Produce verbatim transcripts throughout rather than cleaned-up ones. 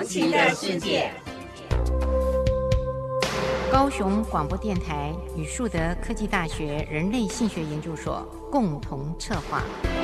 奇的世界。高雄广播电台与树德科技大学人类性学研究所共同策划。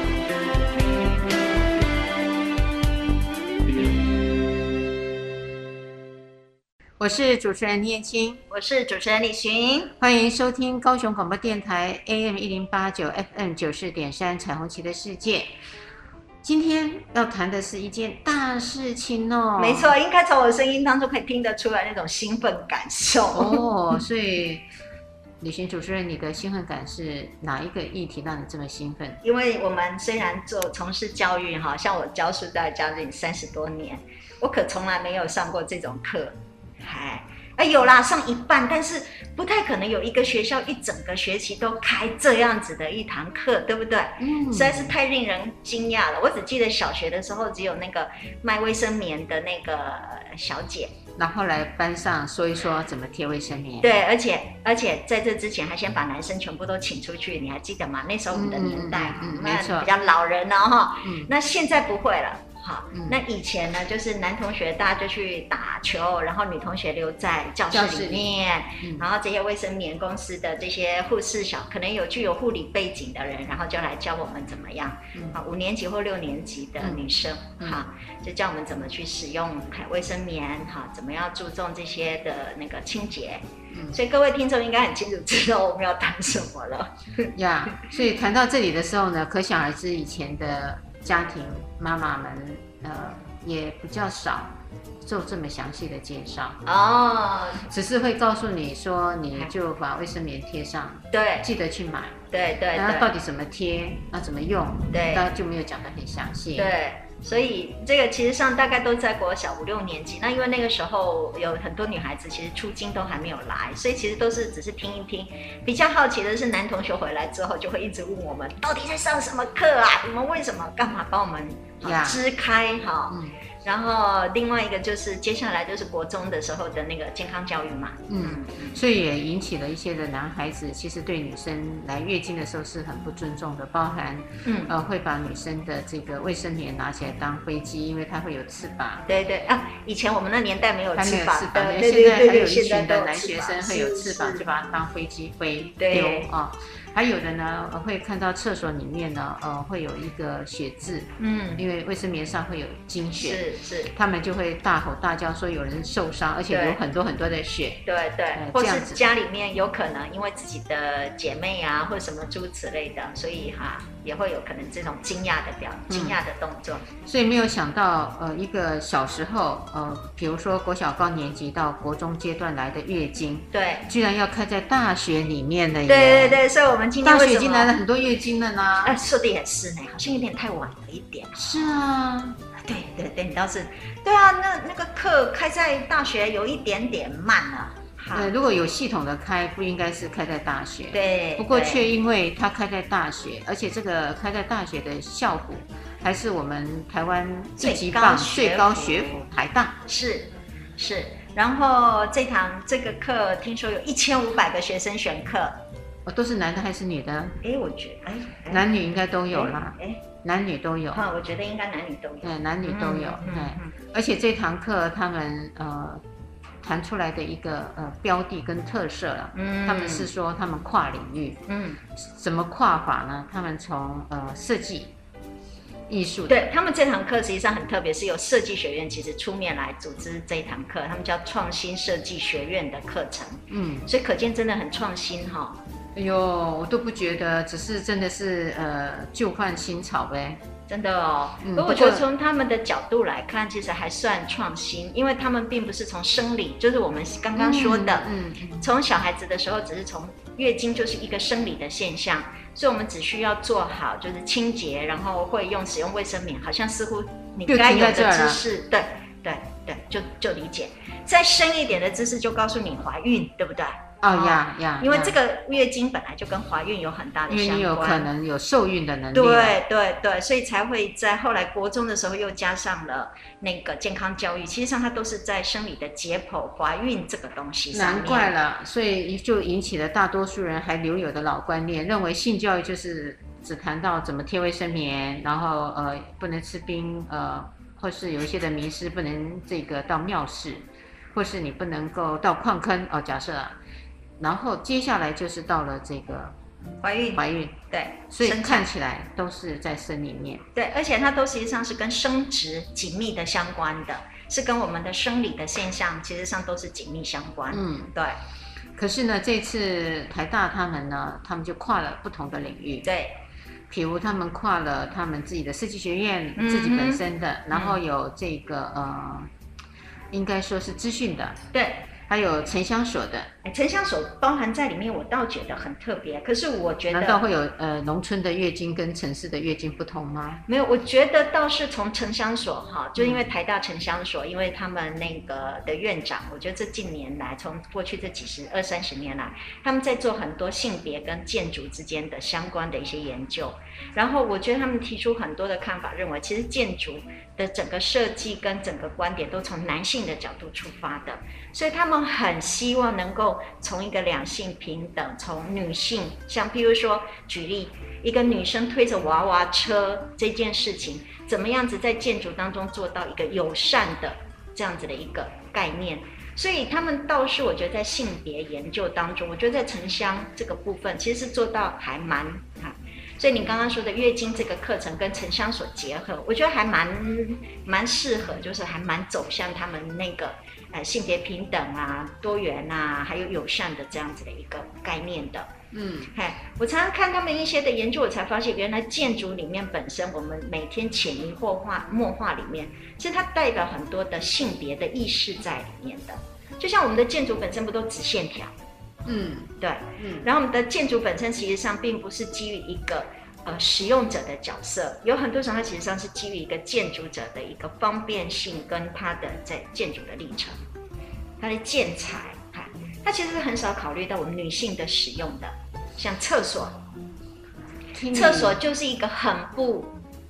我是主持人念青， 我是主持人李寻， 欢迎收听高雄广播电台 A M 一零八九 F M 九四点三彩虹旗的世界。今天要谈的是一件大事情哦。 没错，应该从我的声音当中可以听得出来那种兴奋感受哦。所以李寻主持人，你的兴奋感是哪一个议题让你这么兴奋？ 因为我们虽然做从事教育哈，像我教书大概将近三十多年，我可从来没有上过这种课。哎，哎有啦，上一半，但是不太可能有一个学校一整个学期都开这样子的一堂课，对不对？嗯，实在是太令人惊讶了。我只记得小学的时候，只有那个卖卫生棉的那个小姐， 然后来班上说一说怎么贴卫生棉。 对，而且而且在这之前还先把男生全部都请出去，你还记得吗？那时候我们的年代， 嗯嗯嗯、没错， 比较老人哦哈。 嗯， 那现在不会了。好， 嗯、 那以前呢，就是男同学大家就去打球，然后女同学留在教室里面，嗯、然后这些卫生棉公司的这些护士小，可能有具有护理背景的人，然后就来教我们怎么样。嗯、好，五年级或六年级的女生，嗯、好，就教我们怎么去使用卫生棉，好，怎么样注重这些的那个清洁。嗯、所以各位听众应该很清楚知道我们要谈什么了。 呀， yeah, 所以谈到这里的时候呢，可想而知以前的家庭妈妈们呃也比较少做这么详细的介绍哦，只是会告诉你说你就把卫生棉贴上， 对， 记得去买， 对对对， 然后到底怎么贴，那怎么用， 对， 大家就没有讲得很详细， 对。所以这个其实上大概都在国小五六年级，那因为那个时候有很多女孩子其实出经都还没有来，所以其实都是只是听一听。比较好奇的是男同学回来之后就会一直问我们到底在上什么课啊？你们为什么干嘛帮我们支开哈？嗯，然后另外一个就是接下来就是国中的时候的那个健康教育嘛， 嗯，所以也引起了一些的男孩子其实对女生来月经的时候是很不尊重的，包含嗯呃会把女生的这个卫生棉拿起来当飞机，因为它会有翅膀。 对对啊，以前我们那年代没有翅膀， 对对对，现在还有一群的男学生会有翅膀，就把它当飞机飞丢啊。还有的呢，会看到厕所里面呢，呃，会有一个血渍，嗯，因为卫生棉上会有经血， 是是， 他们就会大吼大叫说有人受伤，而且有很多很多的血， 对对，呃、或是家里面有可能因为自己的姐妹啊，或者什么诸此类的，所以哈、啊、也会有可能这种惊讶的表、惊讶的动作、嗯。 所以没有想到，呃，一个小时候，呃，比如说国小高年级到国中阶段来的月经， 对， 居然要开在大学里面的耶， 对对对，所以我们。 大学已经来了很多月经了呢， 哎、呃，说的也是呢，好像有点太晚了一点。 是啊， 对对对，你倒是，对啊，那那个课开在大学有一点点慢啊。 对，如果有系统的开，不应该是开在大学。 对， 不过却因为它开在大学，而且这个开在大学的校府还是我们台湾一级棒最高学府台大， 是是。然后这堂这个课听说有一千五百个学生选课。 哦，都是男的还是女的？ 哎，我觉得，哎， 男女应该都有啦。哎，男女都有。 啊，我觉得应该男女都有。 对，男女都有。嗯嗯嗯、而且这堂课他们呃谈出来的一个呃标的跟特色了，嗯，他们是说他们跨领域，嗯，怎么跨法呢？他们从呃设计、艺术， 对他们这堂课实际上很特别，是由设计学院其实出面来组织这一堂课，他们叫创新设计学院的课程，嗯，所以可见真的很创新哈、哦。 哎呦，我都不觉得，只是真的是呃旧换新草呗， 真的哦。嗯、不过我觉得从他们的角度来看，其实还算创新，因为他们并不是从生理，就是我们刚刚说的，嗯，从、嗯、小孩子的时候，只是从月经就是一个生理的现象，所以我们只需要做好就是清洁，然后会用使用卫生棉，好像似乎你该有的知识，对对对，就就理解。再深一点的知识就告诉你怀孕，对不对？ 哦呀呀， 因为这个月经本来就跟怀孕有很大的相关， 因为你有可能有受孕的能力， 对对对，所以才会在后来国中的时候又加上了那个健康教育，其实上它都是在生理的解剖怀孕这个东西上面。 难怪了，所以就引起了大多数人还留有的老观念，认为性教育就是只谈到怎么贴卫生棉，然后呃不能吃冰呃或是有一些的迷失，不能这个到庙室，或是你不能够到矿坑哦，假设啊，然后接下来就是到了这个怀孕， 怀孕， 对， 所以看起来都是在生里面， 对，而且它都实际上是跟生殖紧密的相关的，是跟我们的生理的现象，其实上都是紧密相关。嗯，对。 可是呢，这次台大他们呢，他们就跨了不同的领域， 对， 譬如他们跨了他们自己的设计学院、嗯、自己本身的，然后有这个呃，应该说是资讯的， 对。 还有城乡所的， 哎，城乡所包含在里面，我倒觉得很特别。可是我觉得， 难道会有呃农村的月经跟城市的月经不同吗？ 没有，我觉得倒是从城乡所哈，就因为台大城乡所，因为他们那个的院长，我觉得这近年来，从过去这几十二三十年来，他们在做很多性别跟建筑之间的相关的一些研究。然后我觉得他们提出很多的看法，认为其实建筑的整个设计跟整个观点都从男性的角度出发的，所以他们很希望能够从一个两性平等，从女性，像譬如说举例，一个女生推着娃娃车这件事情，怎么样子在建筑当中做到一个友善的这样子的一个概念。所以他们倒是我觉得在性别研究当中，我觉得在城乡这个部分其实是做到还蛮啊。所以你刚刚说的月经这个课程跟城乡所结合，我觉得还蛮蛮适合，就是还蛮走向他们那个呃性别平等啊、多元啊，还有友善的这样子的一个概念的。嗯，嗨，我常常看他们一些的研究，我才发现原来建筑里面本身，我们每天潜移默化默化里面，其实它代表很多的性别的意识在里面的。就像我们的建筑本身不都直线条？嗯，对，嗯，然后我们的建筑本身其实上并不是基于一个呃使用者的角色，有很多时候它其实上是基于一个建筑者的一个方便性跟它的在建筑的历程，它的建材，它其实是很少考虑到我们女性的使用的，像厕所，厕所就是一个很不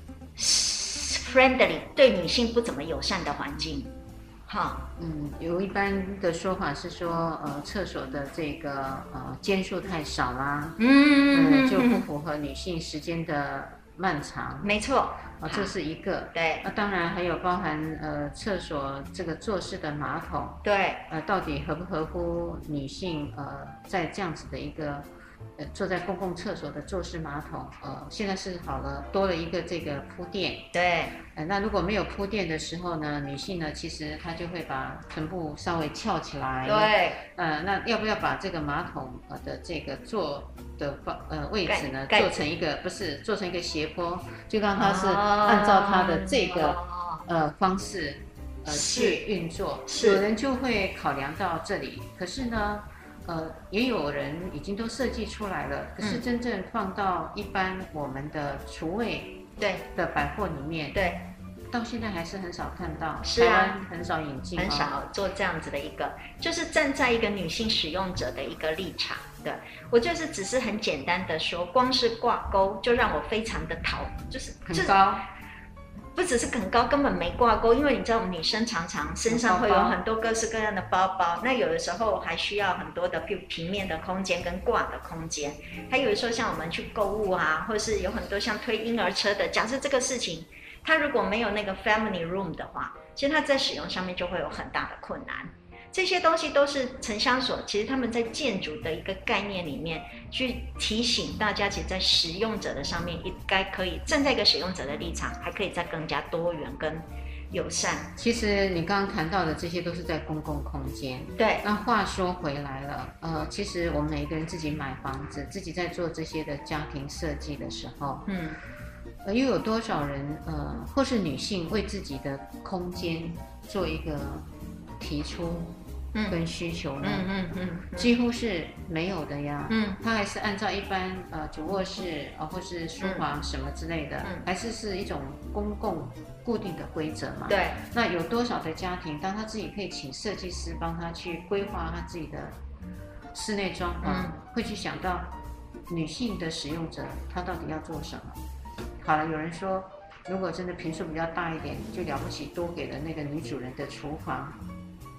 friendly 对女性不怎么友善的环境。 嗯，有一般的说法是说，呃，厕所的这个呃间数太少啦，嗯、呃，就不符合女性时间的漫长。 没错， 啊、呃，这是一个。 对。 那、啊、当然还有包含呃厕所这个坐式的马桶， 对， 呃，到底合不合乎女性呃在这样子的一个。呃，坐在公共厕所的坐式马桶，呃，现在是好了，多了一个这个铺垫。 对。 呃，那如果没有铺垫的时候呢，女性呢，其实她就会把臀部稍微翘起来。 对。 呃，那要不要把这个马桶呃的这个坐的方呃位置呢，做成一个不是做成一个斜坡，就让它是按照它的这个、哦、呃方式呃去运作。有人就会考量到这里，可是呢。呃，也有人已经都设计出来了，可是真正放到一般我们的厨卫对的百货里面，对，到现在还是很少看到，是啊，台湾很少引进、哦， 很少做这样子的一个，就是站在一个女性使用者的一个立场。对，我就是只是很简单的说，光是挂钩就让我非常的讨，就是很高。 不只是很高，根本没挂钩，因为你知道我们女生常常身上会有很多各式各样的包包，那有的时候还需要很多的，譬如平面的空间跟挂的空间，还有的时候像我们去购物啊，或是有很多像推婴儿车的，假设这个事情，它如果没有那个 family room 的话，其实它在使用上面就会有很大的困难。这些东西都是城乡所，其实他们在建筑的一个概念里面去提醒大家，其实在使用者的上面应该可以站在一个使用者的立场，还可以再更加多元跟友善。 其实你刚刚谈到的这些都是在公共空间。 对。 那话说回来了，呃，其实我们每一个人自己买房子，自己在做这些的家庭设计的时候，嗯，呃，又有多少人呃，或是女性为自己的空间做一个提出跟需求呢？嗯嗯 嗯, 嗯，几乎是没有的呀。嗯，它还是按照一般呃主卧室啊、呃、或是书房什么之类的，嗯、还是是一种公共固定的规则嘛。 对。 那有多少的家庭，当他自己可以请设计师帮他去规划他自己的室内装潢，嗯、会去想到女性的使用者她到底要做什么？好了，有人说，如果真的坪数比较大一点，就了不起，多给了那个女主人的厨房。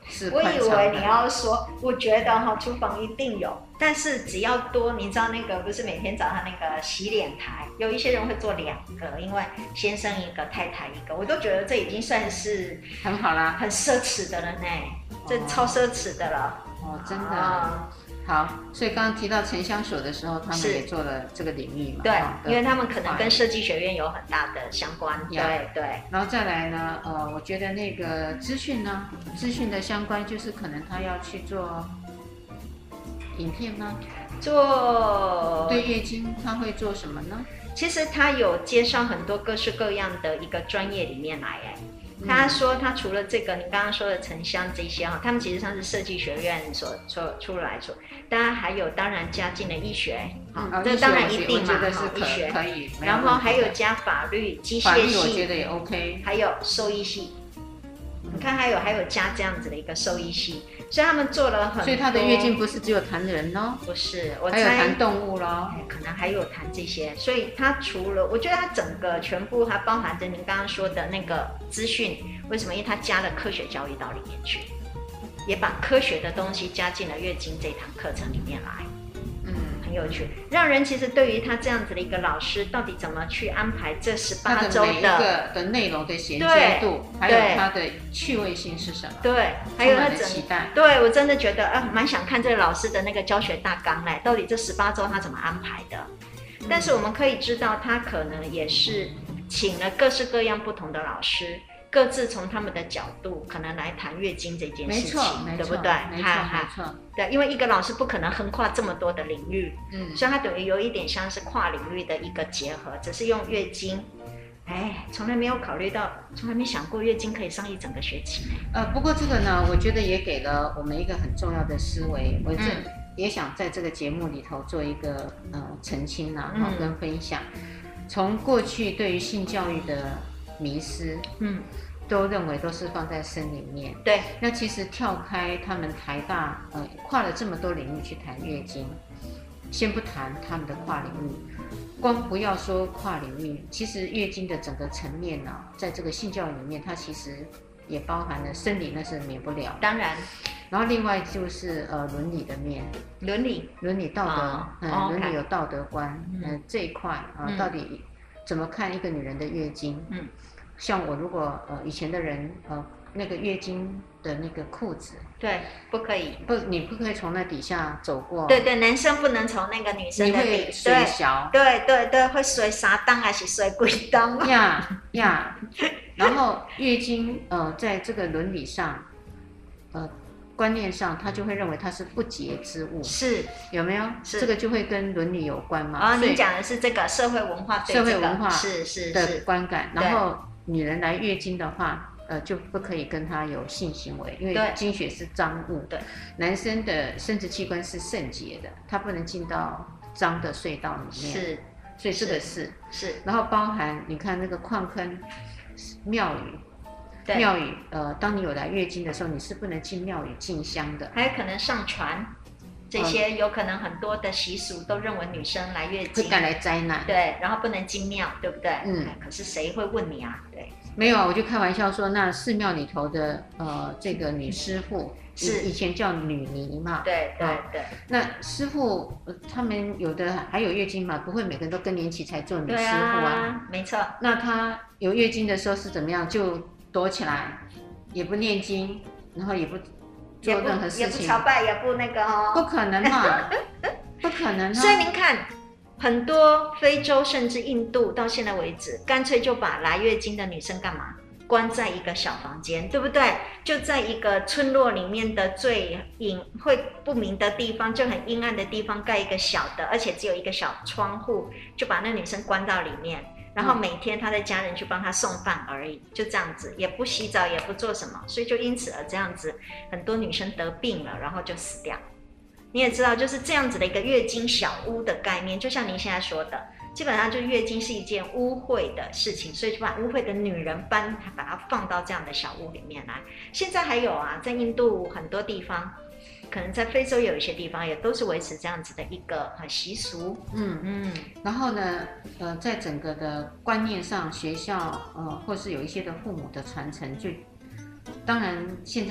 我以为你要说，我觉得哈厨房一定有，但是只要多，你知道那个不是每天早上那个洗脸台，有一些人会做两个，因为先生一个，太太一个，我都觉得这已经算是很好啦， 很奢侈的了呢，这超奢侈的了。 哦，真的。哦好，所以刚刚提到城乡所的时候，他们也做了这个领域嘛。 对，因为他们可能跟设计学院有很大的相关。对对。 然后再来呢，呃，我觉得那个资讯呢，资讯的相关就是可能他要去做影片吗？ 做对月经他会做什么呢？ 其实他有介绍很多各式各样的一个专业里面来，哎。他说，他除了这个，你刚刚说的城乡这些哈，他们其实上是设计学院所所出来所，当然还有当然加进了医学， 嗯、 这当然一定嘛， 医学可以， 然后还有加法律、机械系， 我觉得也 OK， 还有兽医系，你看还有还有加这样子的一个兽医系，所以他们做了很多。 所以他的月经不是只有谈人咯， 不是，我还有谈动物咯， 可能还有谈这些。所以他除了，我觉得他整个全部还包含着您刚刚说的那个资讯，为什么？因为他加了科学教育到里面去，也把科学的东西加进了月经这堂课程里面来。嗯，很有趣，让人其实对于他这样子的一个老师，到底怎么去安排这十八周的每一个的内容的衔接度，还有它的趣味性是什么？ 对，还有他整期待。 对我真的觉得啊，蛮想看这个老师的那个教学大纲嘞，到底这十八周他怎么安排的？嗯、但是我们可以知道，他可能也是请了各式各样不同的老师。各自从他们的角度，可能来谈月经这件事情，对不对？ 没错，没错。 对，因为一个老师不可能横跨这么多的领域，嗯，所以他等于有一点像是跨领域的一个结合，只是用月经。哎，从来没有考虑到，从来没想过月经可以上一整个学期。 呃，不过这个呢，我觉得也给了我们一个很重要的思维，我这也想在这个节目里头做一个呃澄清啊，好、嗯、跟分享。从过去对于性教育的迷思，嗯，都认为都是放在生里面。 对， 那其实跳开他们台大，呃，跨了这么多领域去谈月经，先不谈他们的跨领域，光不要说跨领域，其实月经的整个层面呢、啊，在这个性教育里面，它其实也包含了生理，那是免不了。 当然。 然后另外就是呃伦理的面， 伦理、 伦理道德，哦、嗯，伦、哦、理有道德观，嗯、呃、这一块啊、呃嗯，到底怎么看一个女人的月经？嗯。像我如果呃以前的人呃那个月经的那个裤子， 对，不可以， 不，你不可以从那底下走过。 对对，男生不能从那个女生的底， 你会水小， 对对对，会水三档还是水几档？ 呀呀，然后月经呃在这个伦理上，呃观念上，他就会认为它是不洁之物， 是有没有？是这个就会跟伦理有关嘛？ 啊、哦，你讲的是这个社会文化对、这个， 社会文化是是的观感，然后。女人来月经的话，呃，就不可以跟她有性行为，因为经血是脏物。对，男生的生殖器官是圣洁的，他不能进到脏的隧道里面。 是， 所以这个是是。 然后包含你看那个矿坑、庙宇，庙宇，呃，当你有来月经的时候，你是不能进庙宇进香的， 还有可能上船。这些有可能很多的习俗都认为女生来月经会带来灾难， 对，然后不能进庙，对不对？嗯，可是谁会问你啊？对， 没有啊，我就开玩笑说，那寺庙里头的呃这个女师傅是以前叫女尼嘛， 对对对。 那师傅、呃、他们有的还有月经嘛，不会每个人都更年期才做女师傅啊， 啊没错。 那她有月经的时候是怎么样？就躲起来，也不念经，然后也不。做任何事情也不朝拜，也不那个哦， 不可能嘛，不可能、啊。 所以您看，很多非洲甚至印度到现在为止，干脆就把来月经的女生干嘛？关在一个小房间，对不对？就在一个村落里面的最隐晦不明的地方，就很阴暗的地方盖一个小的，而且只有一个小窗户，就把那女生关到里面。然后每天他的家人去帮他送饭而已，就这样子，也不洗澡，也不做什么，所以就因此而这样子，很多女生得病了，然后就死掉。你也知道，就是这样子的一个月经小屋的概念，就像您现在说的，基本上就月经是一件污秽的事情，所以就把污秽的女人搬，把它放到这样的小屋里面来。现在还有啊，在印度很多地方。可能在非洲有一些地方也都是维持这样子的一个习俗， 嗯嗯。然后呢，呃，在整个的观念上，学校呃，或是有一些的父母的传承，就当然现在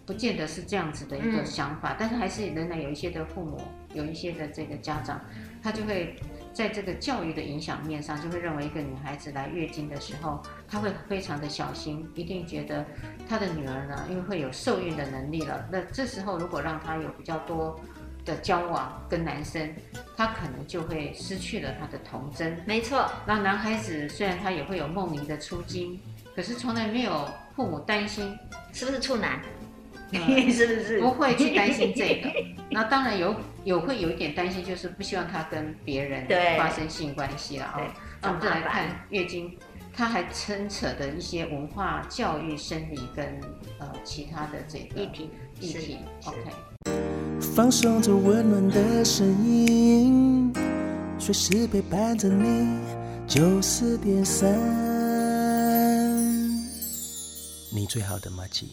不见得是这样子的一个想法，嗯、但是还是仍然有一些的父母，有一些的这个家长，他就会在这个教育的影响面上，就会认为一个女孩子来月经的时候，她会非常的小心，一定觉得她的女儿呢，因为会有受孕的能力了，那这时候如果让她有比较多的交往跟男生，他可能就会失去了他的童真。 没错。 那男孩子虽然他也会有梦遗的出经，可是从来没有父母担心是不是处男， 嗯、 是不是？ 不会去担心这个。那当然有有会有一点担心，就是不希望他跟别人发生性关系了啊。那我们再来看月经，它还牵扯的一些文化、教育、生理跟呃其他的这个议题议题。OK。 放送着温暖的声音，随时陪伴着你。九四点三，你最好的麻吉。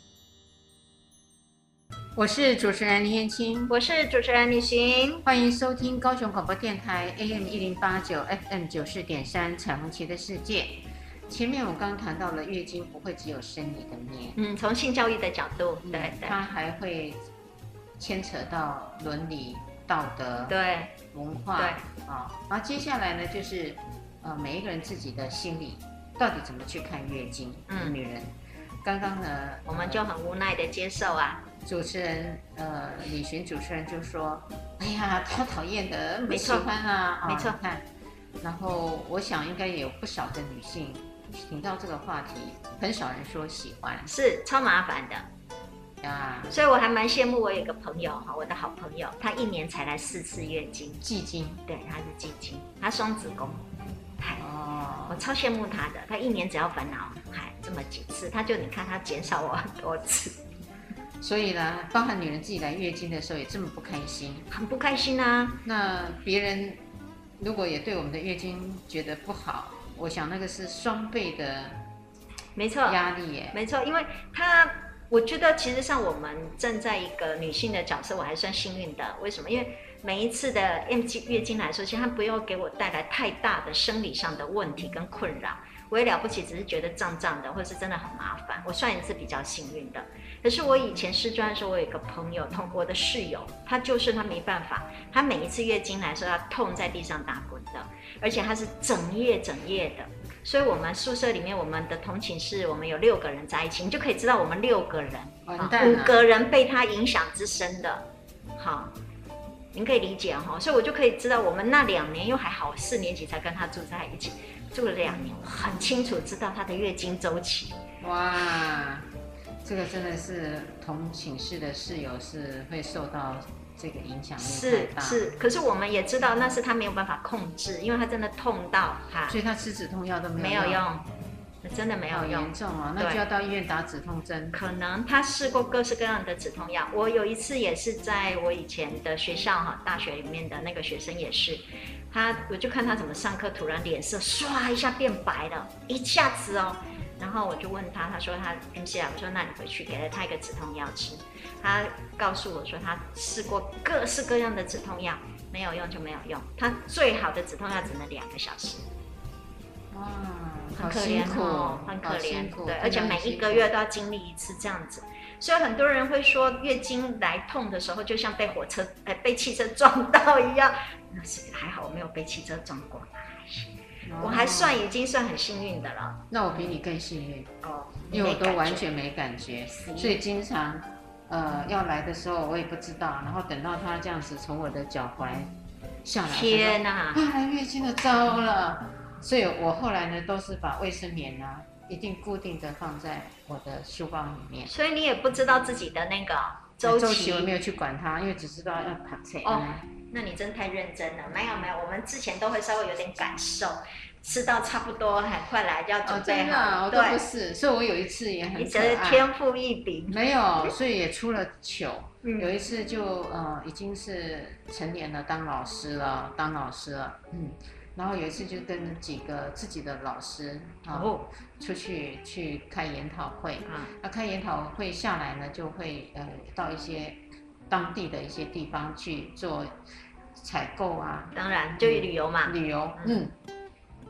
我是主持人林燕青， 我是主持人李寻， 欢迎收听高雄广播电台 A M 一零八九 F M 九四点三彩虹旗的世界。前面我刚刚谈到了月经不会只有生理的面， 嗯，从性教育的角度，嗯、对对， 它还会牵扯到伦理、道德、 对文化，对啊。然后接下来呢，就是呃每一个人自己的心理到底怎么去看月经。嗯，女人，刚刚呢， 我们就很无奈的接受啊。 主持人呃李寻主持人就说：“哎呀，超讨厌的，不喜欢啊。” 没错， 你看。然后我想应该也有不少的女性听到这个话题，很少人说喜欢， 是超麻烦的。啊，所以我还蛮羡慕我有一个朋友哈，我的好朋友，他一年才来四次月经， 季经， 对，他是季经，他双子宫，嗨，哦，我超羡慕他的，他一年只要烦恼嗨这么几次，他就你看他减少我很多次， 所以呢，包含女人自己来月经的时候也这么不开心， 很不开心啊。 那别人如果也对我们的月经觉得不好，我想那个是双倍的， 没错， 压力耶， 没错，因为他。我觉得其实像我们站在一个女性的角色，我还算幸运的。为什么？因为每一次的 M 月经来说，其实它不用给我带来太大的生理上的问题跟困扰。我也了不起，只是觉得胀胀的，或是真的很麻烦。我算也是比较幸运的。可是我以前试专的时候，我有一个朋友，同我的室友，他就是他没办法，他每一次月经来说，他痛在地上打滚的，而且他是整夜整夜的。所以我们宿舍里面，我们的同寝室，我们有六个人在一起，你就可以知道我们六个人， 完蛋了， 五个人被他影响之深的，好，您可以理解哈。所以我就可以知道，我们那两年，因为还好，四年级才跟他住在一起，住了两年，我很清楚知道他的月经周期。 哇，这个真的是同寝室的室友是会受到这个影响力太大， 是是，可是我们也知道那是他没有办法控制，因为他真的痛到哈， 所以他吃止痛药都没有没有用，真的没有用， 好严重哦，那就要到医院打止痛针。 可能他试过各式各样的止痛药，我有一次也是在我以前的学校哈，大学里面的那个学生也是，他我就看他怎么上课，突然脸色唰一下变白了，一下子哦。然后我就问他，他说他 M C I， 我说那你回去给了他一个止痛药吃。他告诉我说他试过各式各样的止痛药，没有用就没有用。他最好的止痛药只能两个小时。 哇， 很可怜哦，很可怜。对，而且每一个月都要经历一次这样子。所以很多人会说，月经来痛的时候，就像被火车、呃、被汽车撞到一样。那是还好，我没有被汽车撞过。我还算已经算很幸运的了。 那我比你更幸运哦，因为我都完全没感觉，所以经常呃要来的时候我也不知道，然后等到他这样子从我的脚踝下来， 天哪， 啊，来月经的糟了。所以我后来呢都是把卫生棉啊一定固定的放在我的书包里面。 所以你也不知道自己的那个周期， 周期我没有去管它，因为只知道要爬车。 哦。那你真太认真了，没有没有，我们之前都会稍微有点感受，吃到差不多，很快来就要准备好。 哦，真的，我都不是，所以我有一次也很可爱。 你真的天赋异禀。 没有，所以也出了糗。嗯、有一次就呃已经是成年了，当老师了，当老师了，嗯，然后有一次就跟几个自己的老师啊、哦、出去去开研讨会，啊、嗯，那开研讨会下来呢，就会呃到一些当地的一些地方去做采购啊， 当然就旅游嘛， 旅游，嗯，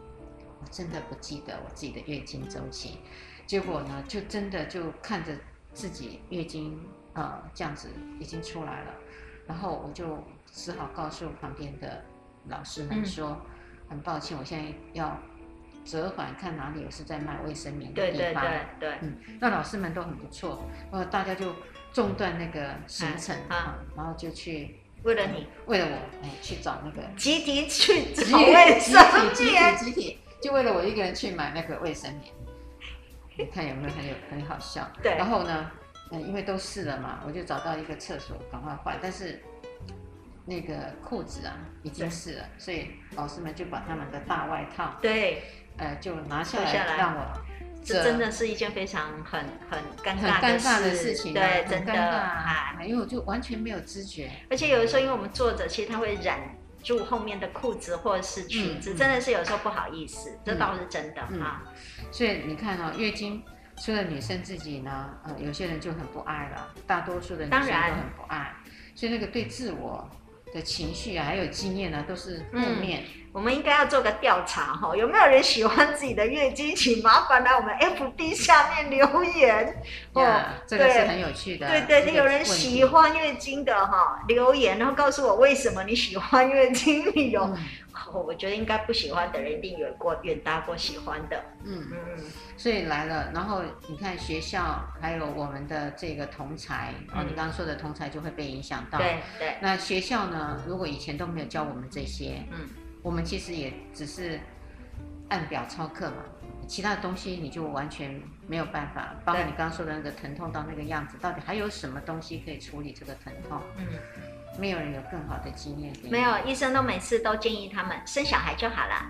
我真的不记得我自己的月经周期，结果呢，就真的就看着自己月经呃这样子已经出来了，然后我就只好告诉旁边的老师们说，嗯、很抱歉，我现在要折返看哪里有是在卖卫生棉的地方。 对对对对， 嗯，那老师们都很不错，呃，大家就中断那个行程啊、嗯，然后就去。 为了你， 为了我，哎，去找那个集体去找卫生棉， 集体集体，就为了我一个人去买那个卫生棉。你看有没有很有很好笑？ 对。 然后呢，嗯，因为都试了嘛，我就找到一个厕所，赶快换。但是那个裤子啊已经试了，所以老师们就把他们的大外套， 对， 呃，就拿下来让我。 这真的是一件非常很很尴尬的 事, 的事情、啊， 对，真的， 哎，因为我就完全没有知觉。 而且有的时候，因为我们坐着，其实它会染住后面的裤子或者是裙子，嗯、真的是有时候不好意思，嗯、这倒是真的、嗯、啊。 所以你看哦，月经除了女生自己呢，呃，有些人就很不爱了，大多数的女生都很不爱，所以那个对自我的情绪啊，还有经验啊，都是负面。 嗯，我们应该要做个调查哈，有没有人喜欢自己的月经？请麻烦来我们 F B 下面留言哦，这个是很有趣的。 对对对，有人喜欢月经的哈，留言然后告诉我为什么你喜欢月经。你有、嗯哦，我觉得应该不喜欢的人一定有过远大过喜欢的。 嗯嗯，所以来了，然后你看学校还有我们的这个同侪、嗯、哦，你刚刚说的同侪就会被影响到。 对对。 那学校呢，如果以前都没有教我们这些，嗯。我们其实也只是按表操课嘛，其他的东西你就完全没有办法。包括你刚刚说的那个疼痛到那个样子，到底还有什么东西可以处理这个疼痛？嗯，没有人有更好的经验。 没有，医生都每次都建议他们生小孩就好了。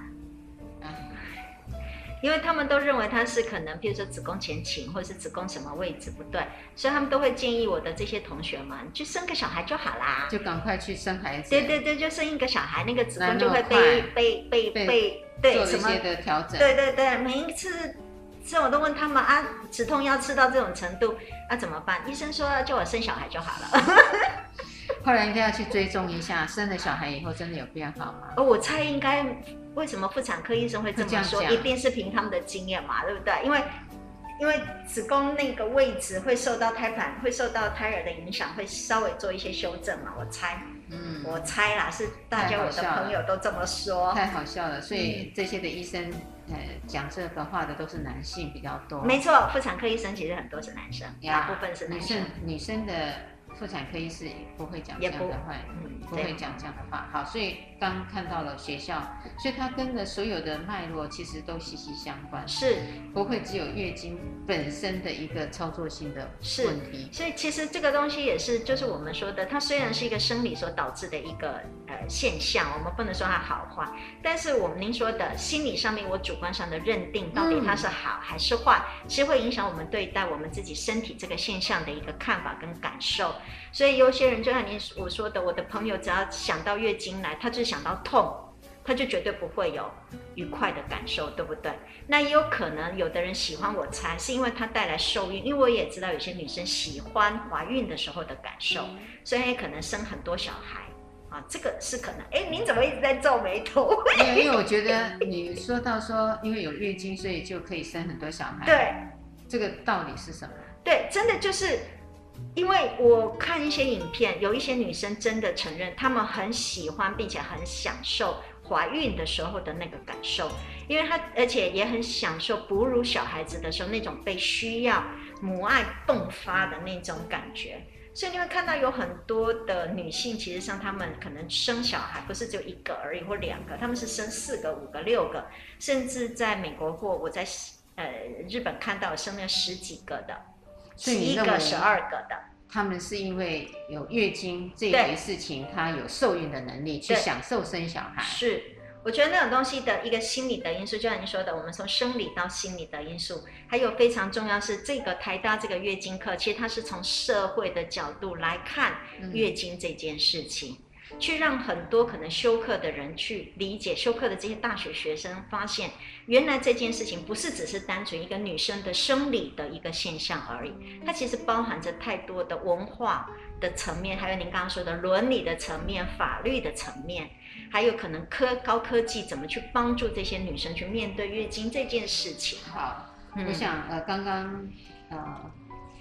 因为他们都认为他是可能，譬如说子宫前倾，或者是子宫什么位置不对，所以他们都会建议我的这些同学们去生个小孩就好啦， 就赶快去生孩子。 对对对，就生一个小孩，那个子宫就会被被被被对做了一些的调整。 对对对，每一次这我都问他们啊，止痛药吃到这种程度，那、啊、怎么办？医生说叫我生小孩就好了。 后来应该要去追踪一下，生了小孩以后真的有变好吗？ 哦，我猜应该，为什么妇产科医生会这么说？一定是凭他们的经验嘛，对不对？因为因为子宫那个位置会受到胎盘、会受到胎儿的影响，会稍微做一些修正嘛，我猜。嗯，我猜啦，是大家我的朋友都这么说。 太好笑了，所以这些的医生，呃，讲这个话的都是男性比较多。 没错，妇产科医生其实很多是男生，大部分是男生。 女生女生的妇产科医师不会讲这样的话，嗯，不会讲这样的话。好，所以刚看到了学校，所以它跟的所有的脉络其实都息息相关， 是不会只有月经本身的一个操作性的问题。 所以其实这个东西也是，就是我们说的，它虽然是一个生理所导致的一个呃现象，我们不能说它好坏，但是我们您说的心理上面，我主观上的认定到底它是好还是坏，其实会影响我们对待我们自己身体这个现象的一个看法跟感受。所以有些人就像您我说的，我的朋友只要想到月经来，他就想到痛，他就绝对不会有愉快的感受，对不对？那也有可能有的人喜欢，我猜是因为它带来受孕，因为我也知道有些女生喜欢怀孕的时候的感受，所以可能生很多小孩啊，这个是可能。哎，您怎么一直在皱眉头？ 因为因为我觉得你说到说，因为有月经，所以就可以生很多小孩。 对， 这个道理是什么？ 对，真的就是。因为我看一些影片，有一些女生真的承认，她们很喜欢并且很享受怀孕的时候的那个感受，因为她而且也很享受哺乳小孩子的时候那种被需要、母爱迸发的那种感觉。所以你会看到有很多的女性，其实上她们可能生小孩不是只有一个而已或两个，她们是生四个、五个、六个，甚至在美国或我在呃日本看到生了十几个的。十一个、十二个的， 他们是因为有月经这一回事情，他有受孕的能力，去享受生小孩。 是，我觉得那种东西的一个心理的因素，就像你说的，我们从生理到心理的因素，还有非常重要是这个台大这个月经课，其实它是从社会的角度来看月经这件事情。嗯，去让很多可能修课的人去理解，修课的这些大学学生发现，原来这件事情不是只是单纯一个女生的生理的一个现象而已，它其实包含着太多的文化的层面，还有您刚刚说的伦理的层面、法律的层面，还有可能科高科技怎么去帮助这些女生去面对月经这件事情。 好，嗯、我想呃，刚刚呃。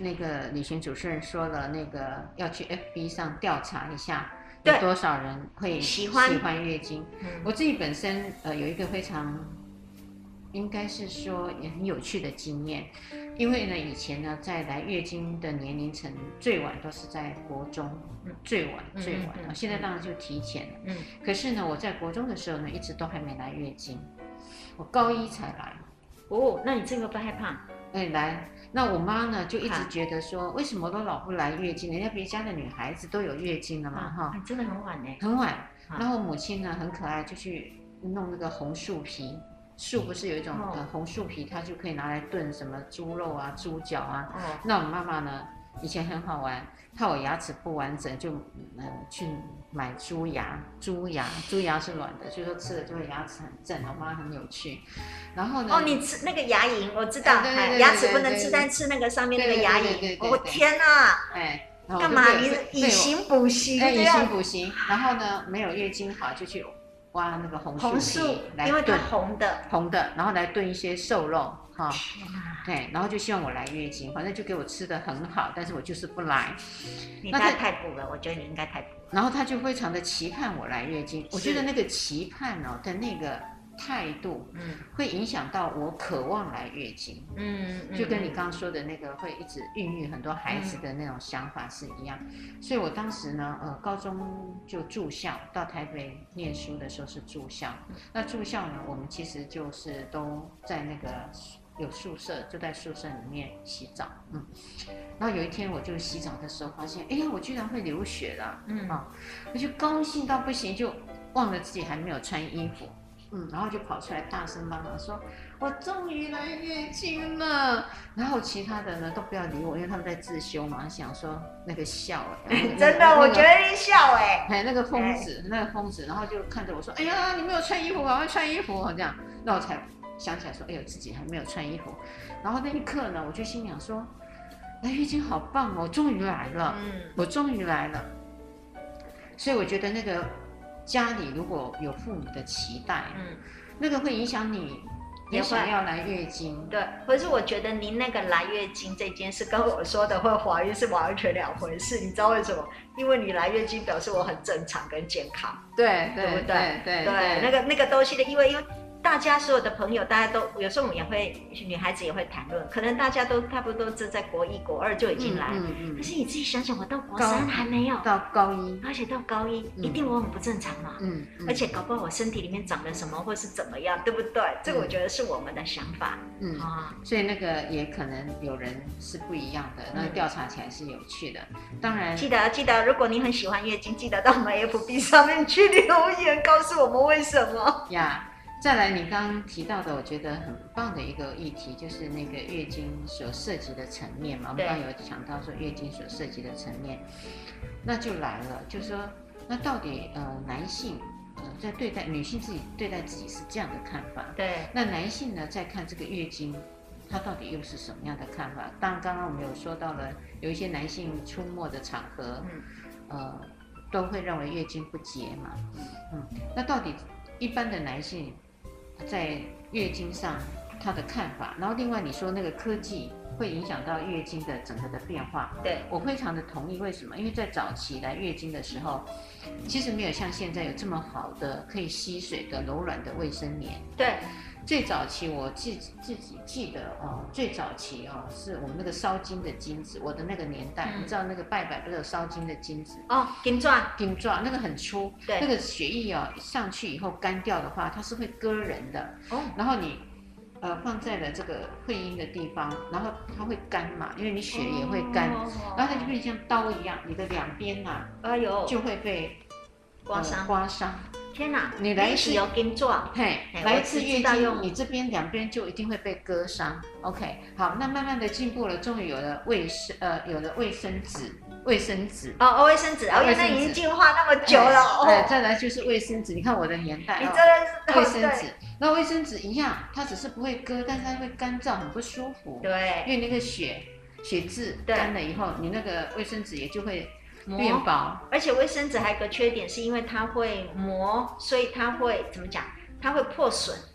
那个旅行主持人说了，那个要去 F B 上调查一下，有多少人会喜欢喜欢月经。嗯、我自己本身呃有一个非常，应该是说也很有趣的经验，因为呢以前呢在来月经的年龄层最晚都是在国中，嗯、最晚最晚，嗯嗯、现在当然就提前了。嗯，可是呢我在国中的时候呢一直都还没来月经，我高一才来。 哦，那你这个不害怕？ 哎，来。那我妈呢，就一直觉得说，为什么都老不来月经？人家别家的女孩子都有月经了嘛，哈、 啊，真的很晚呢， 很晚。然后母亲呢，很可爱，就去弄那个红树皮，树不是有一种、哦、呃红树皮，它就可以拿来炖什么猪肉啊、猪脚啊。哦、那我妈妈呢，以前很好玩，怕我牙齿不完整，就呃去买猪牙，猪牙，猪牙是软的，所以说吃了就会牙齿很正。我妈很有趣。然后呢？ 哦，你吃那个牙龈，我知道，牙齿不能吃，但吃那个上面那个牙龈。我天哪！ 哎， 干嘛？你以形补形？ 哎，以形补形。然后呢，没有月经好就去挖那个红树皮来炖， 因为它红的， 红的，然后来炖一些瘦肉哈。对，然后就希望我来月经，反正就给我吃的很好，但是我就是不来。 你太太补了，我觉得你应该太补了。 然后他就非常的期盼我来月经，我觉得那个期盼哦的那个态度，嗯，会影响到我渴望来月经，嗯，就跟你刚刚说的那个会一直孕育很多孩子的那种想法是一样。嗯、所以我当时呢，呃，高中就住校，到台北念书的时候是住校。那住校呢，我们其实就是都在那个有宿舍，就在宿舍里面洗澡，嗯。然后有一天我就洗澡的时候发现，哎呀，我居然会流血了，嗯啊，我就高兴到不行，就忘了自己还没有穿衣服。嗯，然后就跑出来大声帮忙说：“我终于来月经了。”然后其他的呢都不要理我，因为他们在自修嘛，想说那个笑哎、欸， 真的，我觉得你笑哎、 欸，哎那个疯子，那个疯子，然后就看着我说：“哎呀，你没有穿衣服，赶快穿衣服。”这样，那我才想起来说：“哎呦，自己还没有穿衣服。”然后那一刻呢，我就心想说：“来月经好棒哦，我终于来了，嗯，我终于来了。”所以我觉得那个。家里如果有父母的期待，嗯，那个会影响你也想要来月经。 对，可是我觉得您那个来月经这件事跟我说的会怀孕是完全两回事，你知道为什么？因为你来月经表示我很正常跟健康， 对对不对？ 对对对, 对, 对，那个那个东西的，因为因为。大家所有的朋友，大家都有时候我们也会，女孩子也会谈论，可能大家都差不多是在国一、国二就已经来了，嗯嗯嗯、可是你自己想想，我到国三还没有， 到高一， 而且到高一、嗯、一定我很不正常嘛，嗯嗯、而且搞不好我身体里面长了什么，或是怎么样，对不对？这个我觉得是我们的想法， 嗯啊，所以那个也可能有人是不一样的，那个调查起来是有趣的。当然， 记得记得，如果你很喜欢月经，记得到我们 F B 上面去留言，告诉我们为什么呀。Yeah.再来，你刚刚提到的，我觉得很棒的一个议题，就是那个月经所涉及的层面嘛。我们刚刚有讲到说月经所涉及的层面，那就来了，就是说，那到底呃男性呃在对待女性自己对待自己是这样的看法， 对， 那男性呢在看这个月经，他到底又是什么样的看法？当然，刚刚我们有说到了，有一些男性出没的场合，嗯，呃，都会认为月经不洁嘛，嗯，那到底一般的男性在月经上他的看法，然后另外你说那个科技会影响到月经的整个的变化， 对， 我非常的同意。为什么？因为在早期来月经的时候，其实没有像现在有这么好的可以吸水的柔软的卫生棉， 对。 最早期我自自己记得哦，最早期哦是我们那个烧金的金子，我的那个年代，嗯、你知道那个拜拜不是有烧金的金子哦，金钻， 金钻那个很粗， 对， 那个血液哦上去以后干掉的话，它是会割人的哦。然后你呃放在了这个会阴的地方，然后它会干嘛，因为你血也会干，哦、然后它就变成像刀一样，你的两边呐、啊， 哎呦， 就会被刮伤、呃、 刮伤。 天哪！ 你来一次有金钻， 嘿，来一次月经，你这边两边就一定会被割伤。OK， 好，那慢慢的进步了，终于有了卫生，呃，有了卫生纸，卫生纸。 哦，卫生纸，哦，原来已经进化那么久了。 哎，再来就是卫生纸，你看我的年代， 你真的是卫生纸。那卫生纸一样，它只是不会割，但是它会干燥，很不舒服。 对， 因为那个血血渍干了以后，你那个卫生纸也就会变薄， 而且卫生纸还有个缺点，是因为它会磨，所以它会怎么讲？它会破损。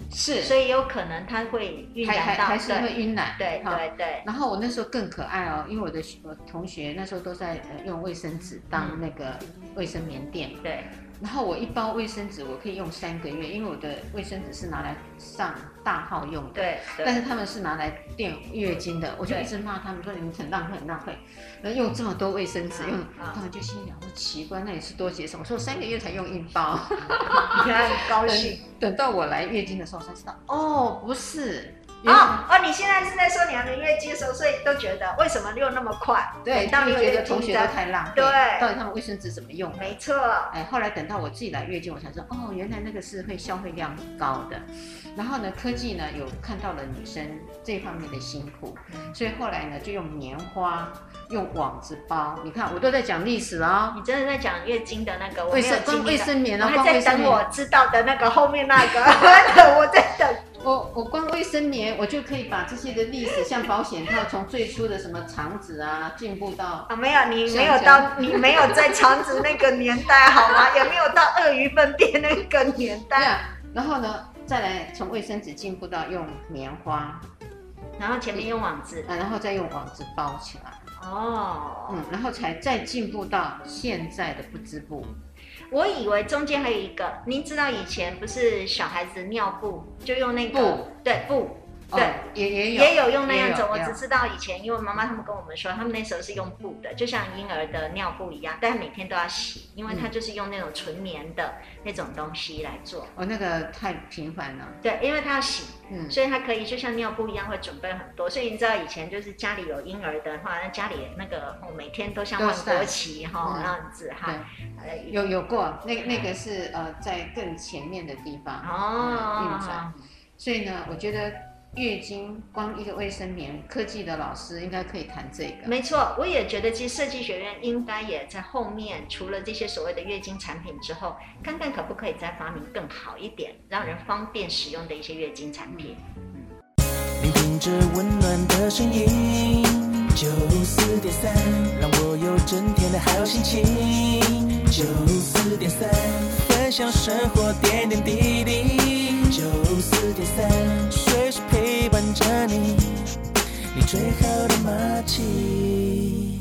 是， 所以有可能它会晕染到， 还是会晕染。 对对对。 然后我那时候更可爱哦，因为我的我同学那时候都在呃用卫生纸当那个卫生棉垫。 嗯、对。 然后我一包卫生纸我可以用三个月，因为我的卫生纸是拿来上大号用的， 对， 但是他们是拿来垫月经的，我就一直骂他们说你们很浪费很浪费，然后用这么多卫生纸用，他们就心想说奇怪，那你是多节省？我说三个月才用一包， 你看很高兴。 等到我来月经的时候才知道，哦，不是。 哦哦，你现在是在说你还没月经的时候，所以都觉得为什么用那么快？ 对， 当你觉得同学都太浪费， 对， 到底他们卫生纸怎么用？ 没错。 哎，后来等到我自己来月经，我才知道，哦，原来那个是会消费量高的。然后呢，科技呢有看到了女生这方面的辛苦，所以后来呢就用棉花、用网子包。你看，我都在讲历史哦。 你真的在讲月经的那个？ 卫生光卫生棉啊， 我还在等我知道的那个后面那个，我在等。 我我光卫生棉，我就可以把这些的历史，像保险套，从最初的什么肠子啊，进步到啊，没有，你没有到，你没有在肠子那个年代好吗？也没有到鳄鱼粪便那个年代。 对啊，然后呢，再来从卫生纸进步到用棉花， 然后前面用网子， 啊，然后再用网子包起来。 哦， 嗯，然后才再进步到现在的不织布。 我以为中间还有一个，您知道以前不是小孩子尿布就用那个布， 对布，对， 哦、也也有也有用那样子。我只知道以前，因为妈妈他们跟我们说，他们那时候是用布的，就像婴儿的尿布一样，但每天都要洗，因为它就是用那种纯棉的那种东西来做。 哦，那个太频繁了。 对，因为它要洗， 嗯， 所以它可以就像尿布一样会准备很多。所以你知道以前就是家里有婴儿的话，那家里那个、哦、每天都像万国旗哈、嗯、那样子哈。 有有过，那那个是呃在更前面的地方哦运转，所以呢，我觉得月经光一个卫生棉，科技的老师应该可以谈这个。 没错，我也觉得其实设计学院应该也在后面，除了这些所谓的月经产品之后，看看可不可以再发明更好一点，让人方便使用的一些月经产品。 聆听着温暖的声音，九四点三，让我有整天的好心情。九四点三，分享生活点点滴滴。九四点三，随时陪伴着你，你最好的默契。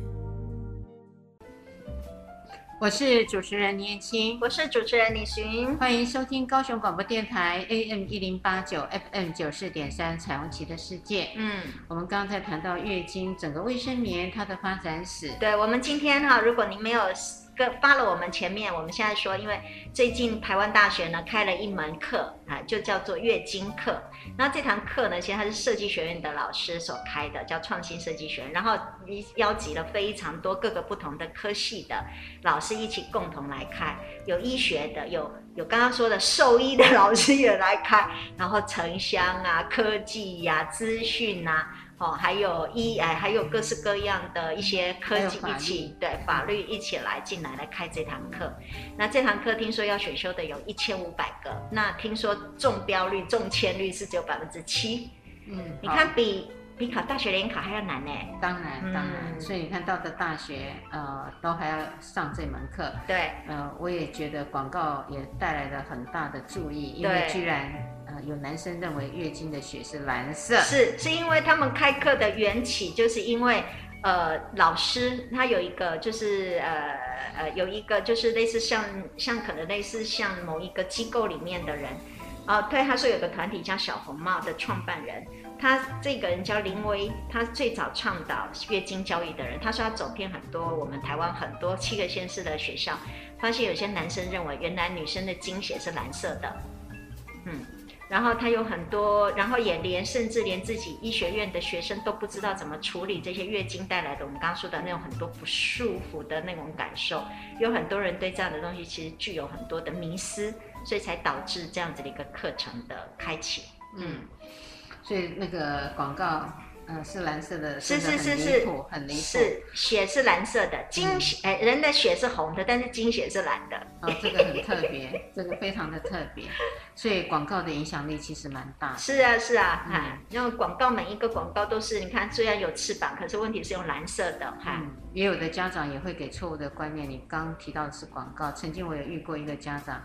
我是主持人倪燕青， 我是主持人李寻， 欢迎收听高雄广播电台 A M 一零八九 F M 九四点三彩虹旗的世界。嗯，我们刚才谈到月经整个卫生棉它的发展史。 对，我们今天哈，如果您没有发了我们前面，我们现在说，因为最近台湾大学呢开了一门课啊，就叫做月经课。那这堂课呢，其实它是设计学院的老师所开的，叫创新设计学院。然后邀集了非常多各个不同的科系的老师一起共同来开，有医学的，有有刚刚说的兽医的老师也来开，然后城乡啊、科技呀、啊、资讯啊。哦，还有医哎，还有各式各样的一些科技一起，对法律一起来进来来开这堂课。那这堂课听说要选修的有一千五百个，那听说中标率、中签率是只有百分之七。嗯，你看比比考大学联考还要难呢。 当然，当然，嗯、所以你看到的大学呃都还要上这门课。 对， 呃，我也觉得广告也带来了很大的注意，因为居然。呃，有男生认为月经的血是蓝色， 是是因为他们开课的缘起，就是因为呃老师他有一个就是呃呃有一个就是类似像像可能类似像某一个机构里面的人，呃对，他说有个团体叫小红帽的创办人，他这个人叫林威，他最早倡导月经教育的人，他说他走遍很多我们台湾很多七个县市的学校，发现有些男生认为原来女生的经血是蓝色的，嗯。然后他有很多，然后也连甚至连自己医学院的学生都不知道怎么处理这些月经带来的我们刚刚说的那种很多不舒服的那种感受，有很多人对这样的东西其实具有很多的迷思，所以才导致这样子的一个课程的开启。嗯， 所以那个广告。嗯，是蓝色的， 是是是是， 很离谱。 是血是蓝色的，经血哎、嗯，人的血是红的，但是经血是蓝的。 哦，这个很特别，这个非常的特别，所以广告的影响力其实蛮大的。 是啊是啊，哈、嗯，因为广告每一个广告都是，你看虽然有翅膀，可是问题是用蓝色的，哈、嗯。 也有的家长也会给错误的观念，你刚提到的是广告，曾经我有遇过一个家长。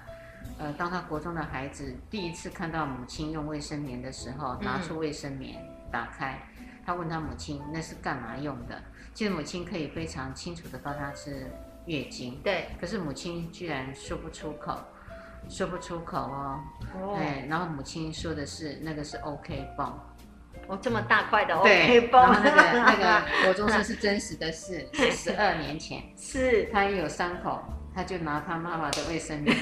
呃，当他国中的孩子第一次看到母亲用卫生棉的时候，拿出卫生棉打开，他问他母亲那是干嘛用的？其实母亲可以非常清楚的告诉他是月经， 对， 可是母亲居然说不出口，说不出口哦，哦哎，然后母亲说的是那个是 OK 泵。 哦，这么大块的 OK 泵， 然后那个那个国中生是真实的事，是十二年前， 是他也有伤口，他就拿他妈妈的卫生棉，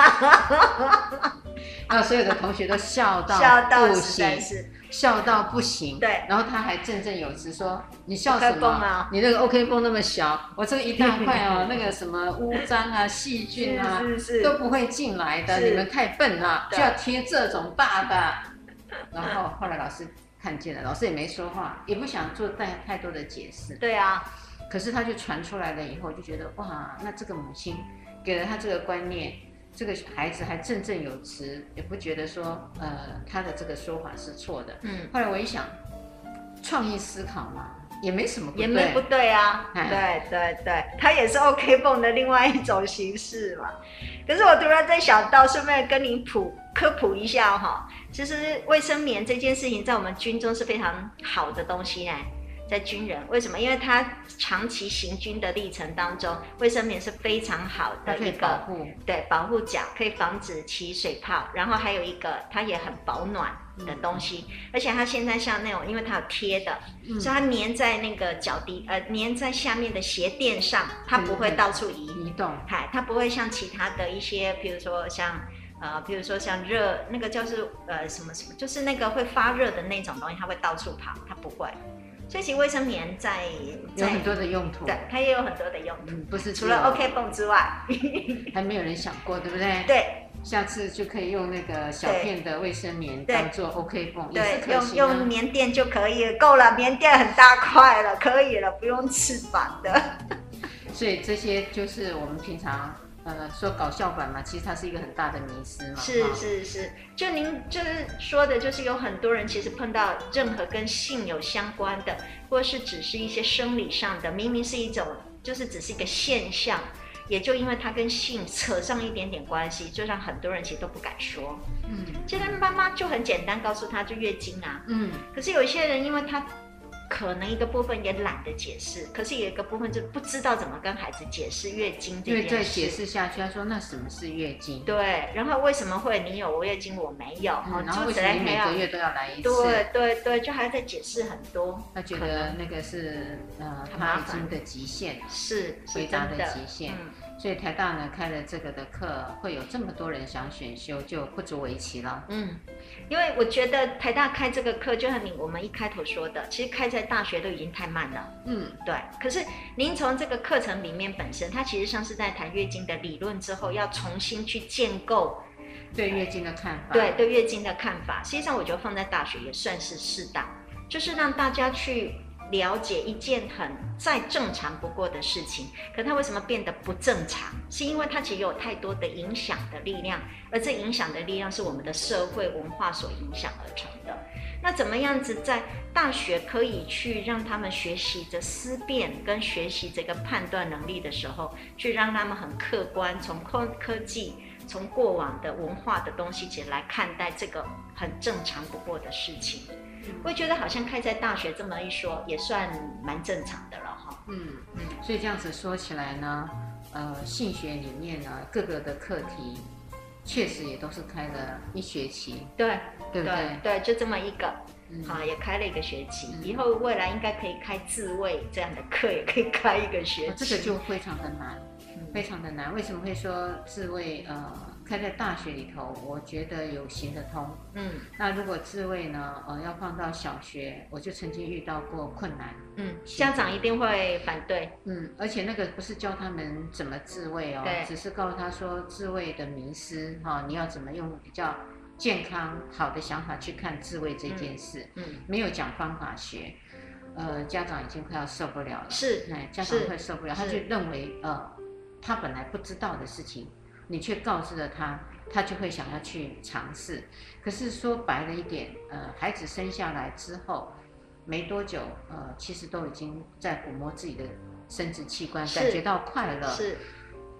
然后所有的同学都笑到不行，笑到不行。 对， 然后他还振振有词说：“你笑什么？啊、你那个 OK 泵那么小，我这个一大块哦，那个什么污脏啊、细菌啊是是是都不会进来的，你们太笨了，就要贴这种大的。”然后后来老师看见了，老师也没说话，也不想做太太多的解释。 对啊。 可是他就传出来了以后，就觉得哇，那这个母亲给了他这个观念，这个孩子还振振有词，也不觉得说呃他的这个说法是错的。嗯。后来我一想，创意思考嘛，也没什么不对， 也没不对啊。对对对，它也是 OK 泵的另外一种形式嘛。可是我突然在想到，顺便跟你普科普一下哈，其实卫生棉这件事情在我们军中是非常好的东西呢。在军人为什么？因为他长期行军的历程当中，卫生棉是非常好的一个保护， 对，保护脚，可以防止起水泡。然后还有一个，它也很保暖的东西，嗯、而且它现在像那种，因为它有贴的，嗯、所以它粘在那个脚底，呃，粘在下面的鞋垫上，它不会到处移移动， 嗨，它不会像其他的一些，比如说像。呃，比如说像热那个叫是呃什么什么，就是那个会发热的那种东西，它会到处跑，它不会。所以其实卫生棉在有很多的用途， 对，它也有很多的用途， 嗯、不是除了 OK 泵之外， 还没有人想过，对不对？ 对， 下次就可以用那个小片的卫生棉当做 OK 泵，也是可以、啊。 对， 用用棉垫就可以，够了，棉垫很大块了，可以了，不用翅膀的。 所以这些就是我们平常。呃，说搞笑版嘛，其实它是一个很大的迷思嘛。 是是是，就您就是说的，就是有很多人其实碰到任何跟性有相关的，或是只是一些生理上的，明明是一种，就是只是一个现象，也就因为它跟性扯上一点点关系，就让很多人其实都不敢说。嗯，其实妈妈就很简单告诉他就月经啊。嗯，可是有一些人因为他。可能一个部分也懒得解释，可是有一个部分就不知道怎么跟孩子解释月经这件事。因为再解释下去，他说那什么是月经？ 对，然后为什么会你有月经我没有？ 嗯、然后为什么你每个月都要来一次？ 对对对，就还要再解释很多。 他觉得那个是呃他已经的极限， 是回答的极限。嗯，所以台大呢开了这个的课，会有这么多人想选修，就不足为奇了。 嗯，因为我觉得台大开这个课，就像你我们一开头说的，其实开在大学都已经太慢了。嗯，对。可是您从这个课程里面本身，它其实上是在谈月经的理论之后，要重新去建构对月经的看法。 对对月经的看法，实际上我觉得放在大学也算是适当，就是让大家去。了解一件很再正常不过的事情，可它为什么变得不正常？是因为它其实有太多的影响的力量，而这影响的力量是我们的社会文化所影响而成的。那怎么样子在大学可以去让他们学习着思辨跟学习这个判断能力的时候，去让他们很客观，从科科技、从过往的文化的东西来看待这个很正常不过的事情。我觉得好像开在大学这么一说，也算蛮正常的了哈。嗯嗯，所以这样子说起来呢，呃，性学里面呢，各个的课题确实也都是开了一学期， 对对不对？ 对，就这么一个，嗯、好，也开了一个学期。嗯、以后未来应该可以开自慰这样的课，也可以开一个学期。 哦、这个就非常的难，嗯、非常的难。为什么会说自慰？呃。开在大学里头，我觉得有行得通。嗯，那如果自慰呢，呃，要放到小学，我就曾经遇到过困难。 嗯，家长一定会反对。 嗯，而且那个不是教他们怎么自慰哦，只是告诉他说自慰的迷思哈、哦，你要怎么用比较健康好的想法去看自慰这件事。嗯，嗯没有讲方法学，呃，家长已经快要受不了了。 是， 哎，家长会受不了，他就认为呃，他本来不知道的事情。你却告知了他，他就会想要去尝试。可是说白了一点，呃，孩子生下来之后没多久，呃，其实都已经在抚摸自己的生殖器官，感觉到快乐。 是，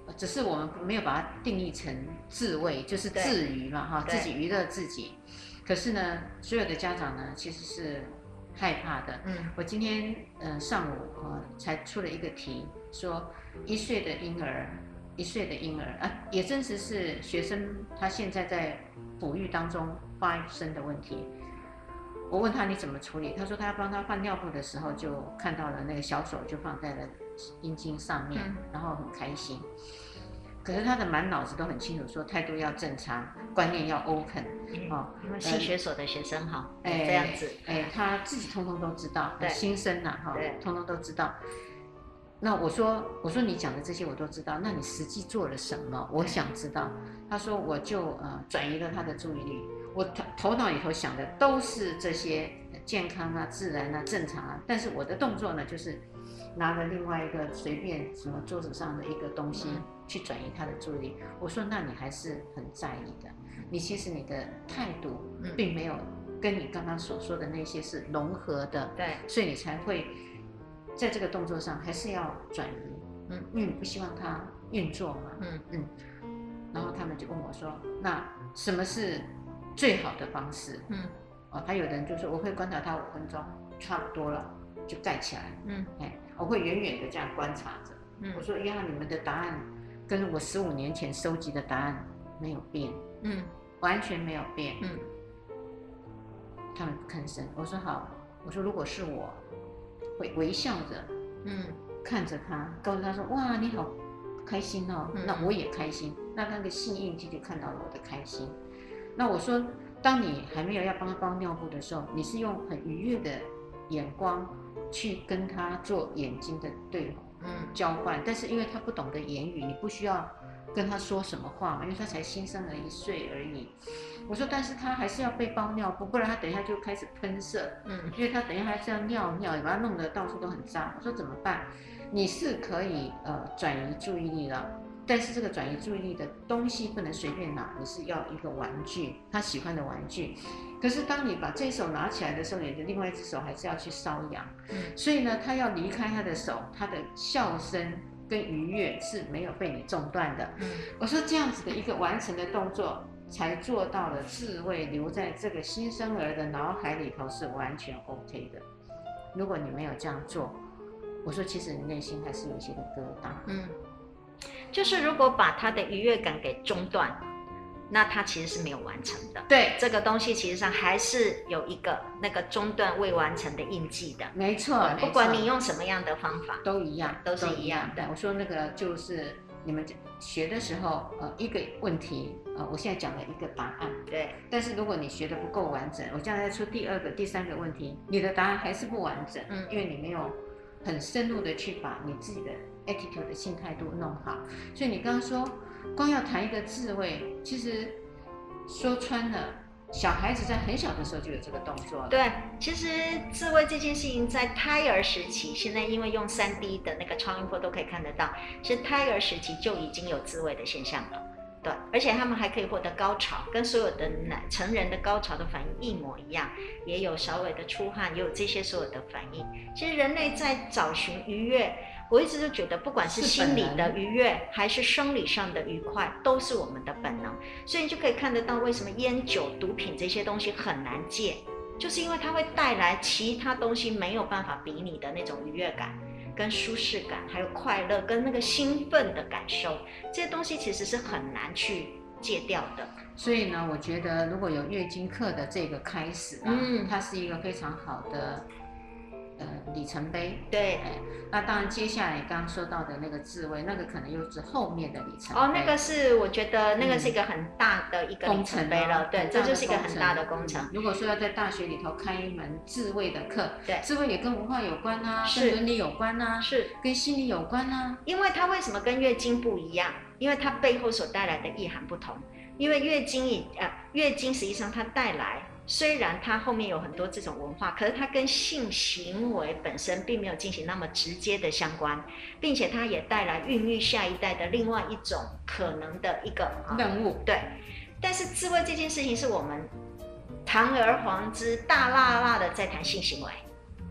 只是我们没有把它定义成自慰，就是自娱嘛哈，自己娱乐自己。可是呢，所有的家长呢其实是害怕的。嗯，我今天呃上午呃才出了一个题，说一岁的婴儿，一岁的婴儿啊，也真实是学生他现在在哺育当中发生的问题。我问他你怎么处理，他说他要帮他换尿布的时候，就看到了那个小手就放在了阴茎上面，嗯、然后很开心。可是他的满脑子都很清楚，说态度要正常，观念要 open，嗯、 哦，因为性学所的学生哈，哎、 呃， 这样子， 哎，他自己通通都知道， 对， 新生呐、啊、哈，通通都知道。那我说，我说你讲的这些我都知道，那你实际做了什么？我想知道。他说我就呃转移了他的注意力，我头头脑里头想的都是这些健康啊、自然啊、正常啊，但是我的动作呢，就是拿了另外一个随便什么桌子上的一个东西。嗯，去转移他的注意力，我说那你还是很在意的，你其实你的态度并没有跟你刚刚所说的那些是融合的， 对， 所以你才会在这个动作上还是要转移，嗯，因为你不希望它运作嘛，嗯嗯，然后他们就问我说，那什么是最好的方式？嗯，哦，他有的人就说我会观察他五分钟，差不多了就盖起来，嗯，哎，我会远远的这样观察着，嗯，我说呀，你们的答案跟我十五年前收集的答案没有变，嗯，完全没有变，嗯，他们不吭声。我说好，我说如果是我，会微笑着，嗯，看着他，告诉他说，哇，你好开心哦，嗯、那我也开心，那那个性印记就看到了我的开心。那我说，当你还没有要帮他包尿布的时候，你是用很愉悦的眼光去跟他做眼睛的对话。嗯，交换，但是因为他不懂得言语，你不需要跟他说什么话嘛，因为他才新生儿一岁而已。我说，但是他还是要被包尿布，不然他等一下就开始喷射，嗯，因为他等一下还是要尿尿，把他弄得到处都很脏。我说怎么办？你是可以呃转移注意力了，但是这个转移注意力的东西不能随便拿，你是要一个玩具，他喜欢的玩具。可是当你把这手拿起来的时候，你的另外一只手还是要去搔痒，嗯，所以呢，他要离开他的手，他的笑声跟愉悦是没有被你中断的。嗯，我说这样子的一个完成的动作，才做到了自慰留在这个新生儿的脑海里头是完全 OK 的。如果你没有这样做，我说其实你内心还是有一些的疙瘩。嗯， 就是如果把他的愉悦感给中断，那它其实是没有完成的。 对， 这个东西其实上还是有一个那个中断未完成的印记的。 没错， 不管你用什么样的方法， 都一样， 都是一样的。 我说那个就是你们学的时候，呃，一个问题，呃，我现在讲了一个答案。 对。 但是如果你学的不够完整，我将来再出第二个、第三个问题，你的答案还是不完整，嗯，因为你没有很深入的去把你自己的 attitude 的性态度弄好。所以你刚刚说。光要谈一个自慰，其实说穿了，小孩子在很小的时候就有这个动作了。 对，其实自慰这件事情在胎儿时期，现在因为用 三 D 的那个超音波都可以看得到，其实胎儿时期就已经有自慰的现象了。对，而且他们还可以获得高潮，跟所有的男成人的高潮的反应一模一样，也有稍微的出汗，也有这些所有的反应。其实人类在找寻愉悦，我一直都觉得，不管是心理的愉悦还是生理上的愉快，都是我们的本能。所以你就可以看得到，为什么烟酒、毒品这些东西很难戒，就是因为它会带来其他东西没有办法比拟的那种愉悦感、跟舒适感，还有快乐跟那个兴奋的感受，这些东西其实是很难去戒掉的。 所以呢，我觉得如果有月经课的这个开始啊，嗯，它是一个非常好的。呃，里程碑。 对， 哎，那当然，接下来刚刚说到的那个自慰，那个可能又是后面的里程碑。 哦，那个是我觉得那个是一个很大的一个里程碑了。嗯、对，这就是一个很大的工程。 如果说要在大学里头开一门自慰的课， 对， 自慰也跟文化有关啊，跟伦理有关啊， 是跟心理有关啊。 因为它为什么跟月经不一样？因为它背后所带来的意涵不同。因为月经以呃月经实际上它带来。虽然它后面有很多这种文化，可是它跟性行为本身并没有进行那么直接的相关，并且它也带来孕育下一代的另外一种可能的一个任务。 对，但是自慰这件事情是我们堂而皇之、大辣辣的在谈性行为，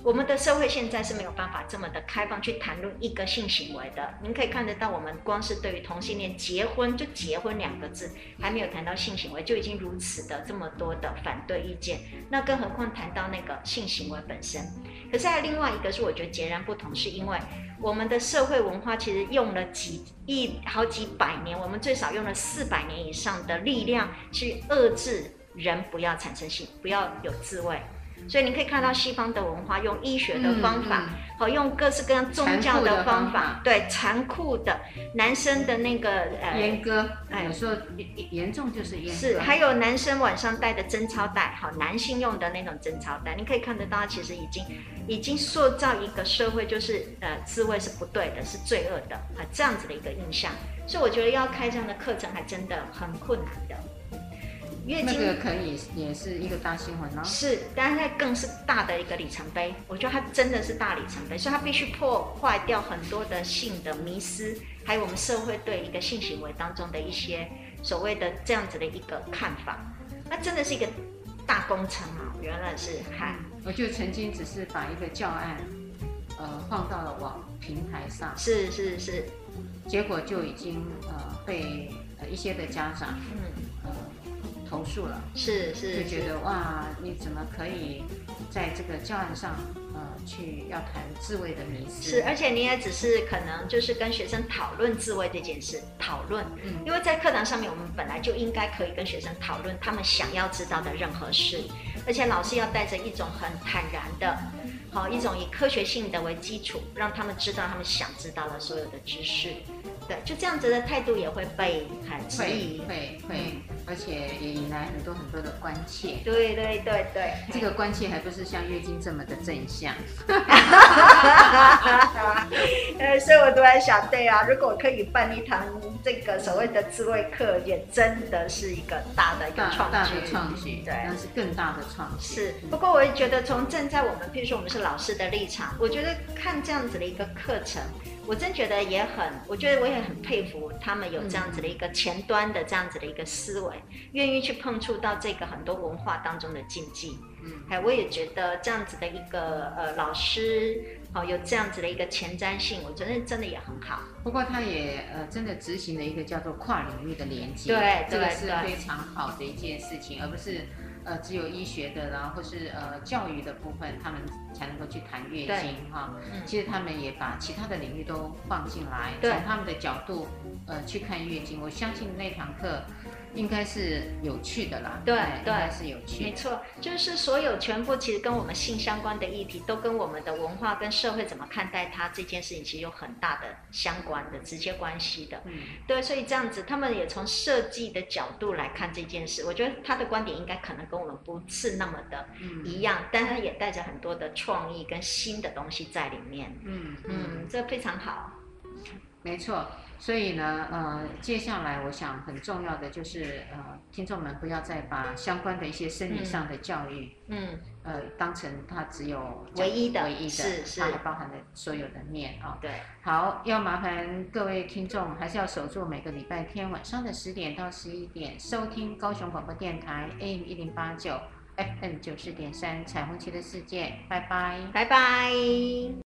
我们的社会现在是没有办法这么的开放去谈论一个性行为的。您可以看得到，我们光是对于同性恋结婚，就结婚两个字，还没有谈到性行为，就已经如此的这么多的反对意见，那更何况谈到那个性行为本身。可是还有另外一个是我觉得截然不同，是因为我们的社会文化其实用了几亿好几百年，我们最少用了四百年以上的力量去遏制人不要产生性，不要有自慰。所以你可以看到西方的文化用医学的方法，好、嗯嗯、用各式各样宗教的方法， 方法对残酷的男生的那个呃阉割，有时候严重就是阉割， 是还有男生晚上戴的贞操带，好男性用的那种贞操带，你可以看得到，其实已经已经塑造一个社会，就是呃自慰是不对的，是罪恶的啊这样子的一个印象。所以我觉得要开这样的课程还真的很困难的。 月经那个可以也是一个大新闻哦， 是，但是它更是大的一个里程碑。我觉得它真的是大里程碑，所以它必须破坏掉很多的性的迷思，还有我们社会对一个性行为当中的一些所谓的这样子的一个看法。那真的是一个大工程啊！原来是嗨、 嗯，我就曾经只是把一个教案，呃，放到了网平台上， 是是是， 结果就已经呃被呃一些的家长，嗯呃。投诉了， 是是， 就觉得哇，你怎么可以在这个教案上，呃，去要谈自慰的迷思？ 是，而且你也只是可能就是跟学生讨论自慰这件事，讨论，嗯，因为在课堂上面，我们本来就应该可以跟学生讨论他们想要知道的任何事，而且老师要带着一种很坦然的，好，一种以科学性的为基础，让他们知道他们想知道的所有的知识。对，就这样子的态度也会被很质疑， 会会会、嗯，而且也引来很多很多的关切。 对对对对， 这个关切还不是像月经这么的正向。 呃，所以我都在想，对啊，如果可以办一堂这个所谓的自慰课，也真的是一个大的一个创举， 大的创举，对，那是更大的创举。 是，不过我也觉得从站在我们，譬如说我们是老师的立场，我觉得看这样子的一个课程。我真觉得也很，我觉得我也很佩服他们有这样子的一个前端的这样子的一个思维，愿意去碰触到这个很多文化当中的禁忌。嗯，哎，我也觉得这样子的一个呃老师，好、哦、有这样子的一个前瞻性，我觉得真的也很好。 不过他也呃真的执行了一个叫做跨领域的连接， 对， 这个是非常好的一件事情，而不是。呃，只有医学的啦，或是呃教育的部分，他们才能够去谈月经哈、嗯。其实他们也把其他的领域都放进来，从他们的角度呃去看月经。我相信那堂课应该是有趣的啦， 对对， 应该是有趣的。 没错，就是所有全部其实跟我们性相关的议题，都跟我们的文化跟社会怎么看待它这件事情，其实有很大的相关的直接关系的。嗯，对，所以这样子，他们也从设计的角度来看这件事，我觉得他的观点应该可能跟我们不是那么的一样，嗯、但他也带着很多的创意跟新的东西在里面。嗯嗯，这非常好。 没错。所以呢，呃，接下来我想很重要的就是，呃，听众们不要再把相关的一些生理上的教育，嗯，呃，当成它只有唯一的， 唯一的， 是是， 它还包含了所有的面啊、哦。 对， 好，要麻烦各位听众还是要守住每个礼拜天晚上的十点到十一点，收听高雄广播电台 A M 一零八九 F M 九四点三彩虹旗的世界，拜拜， 拜拜。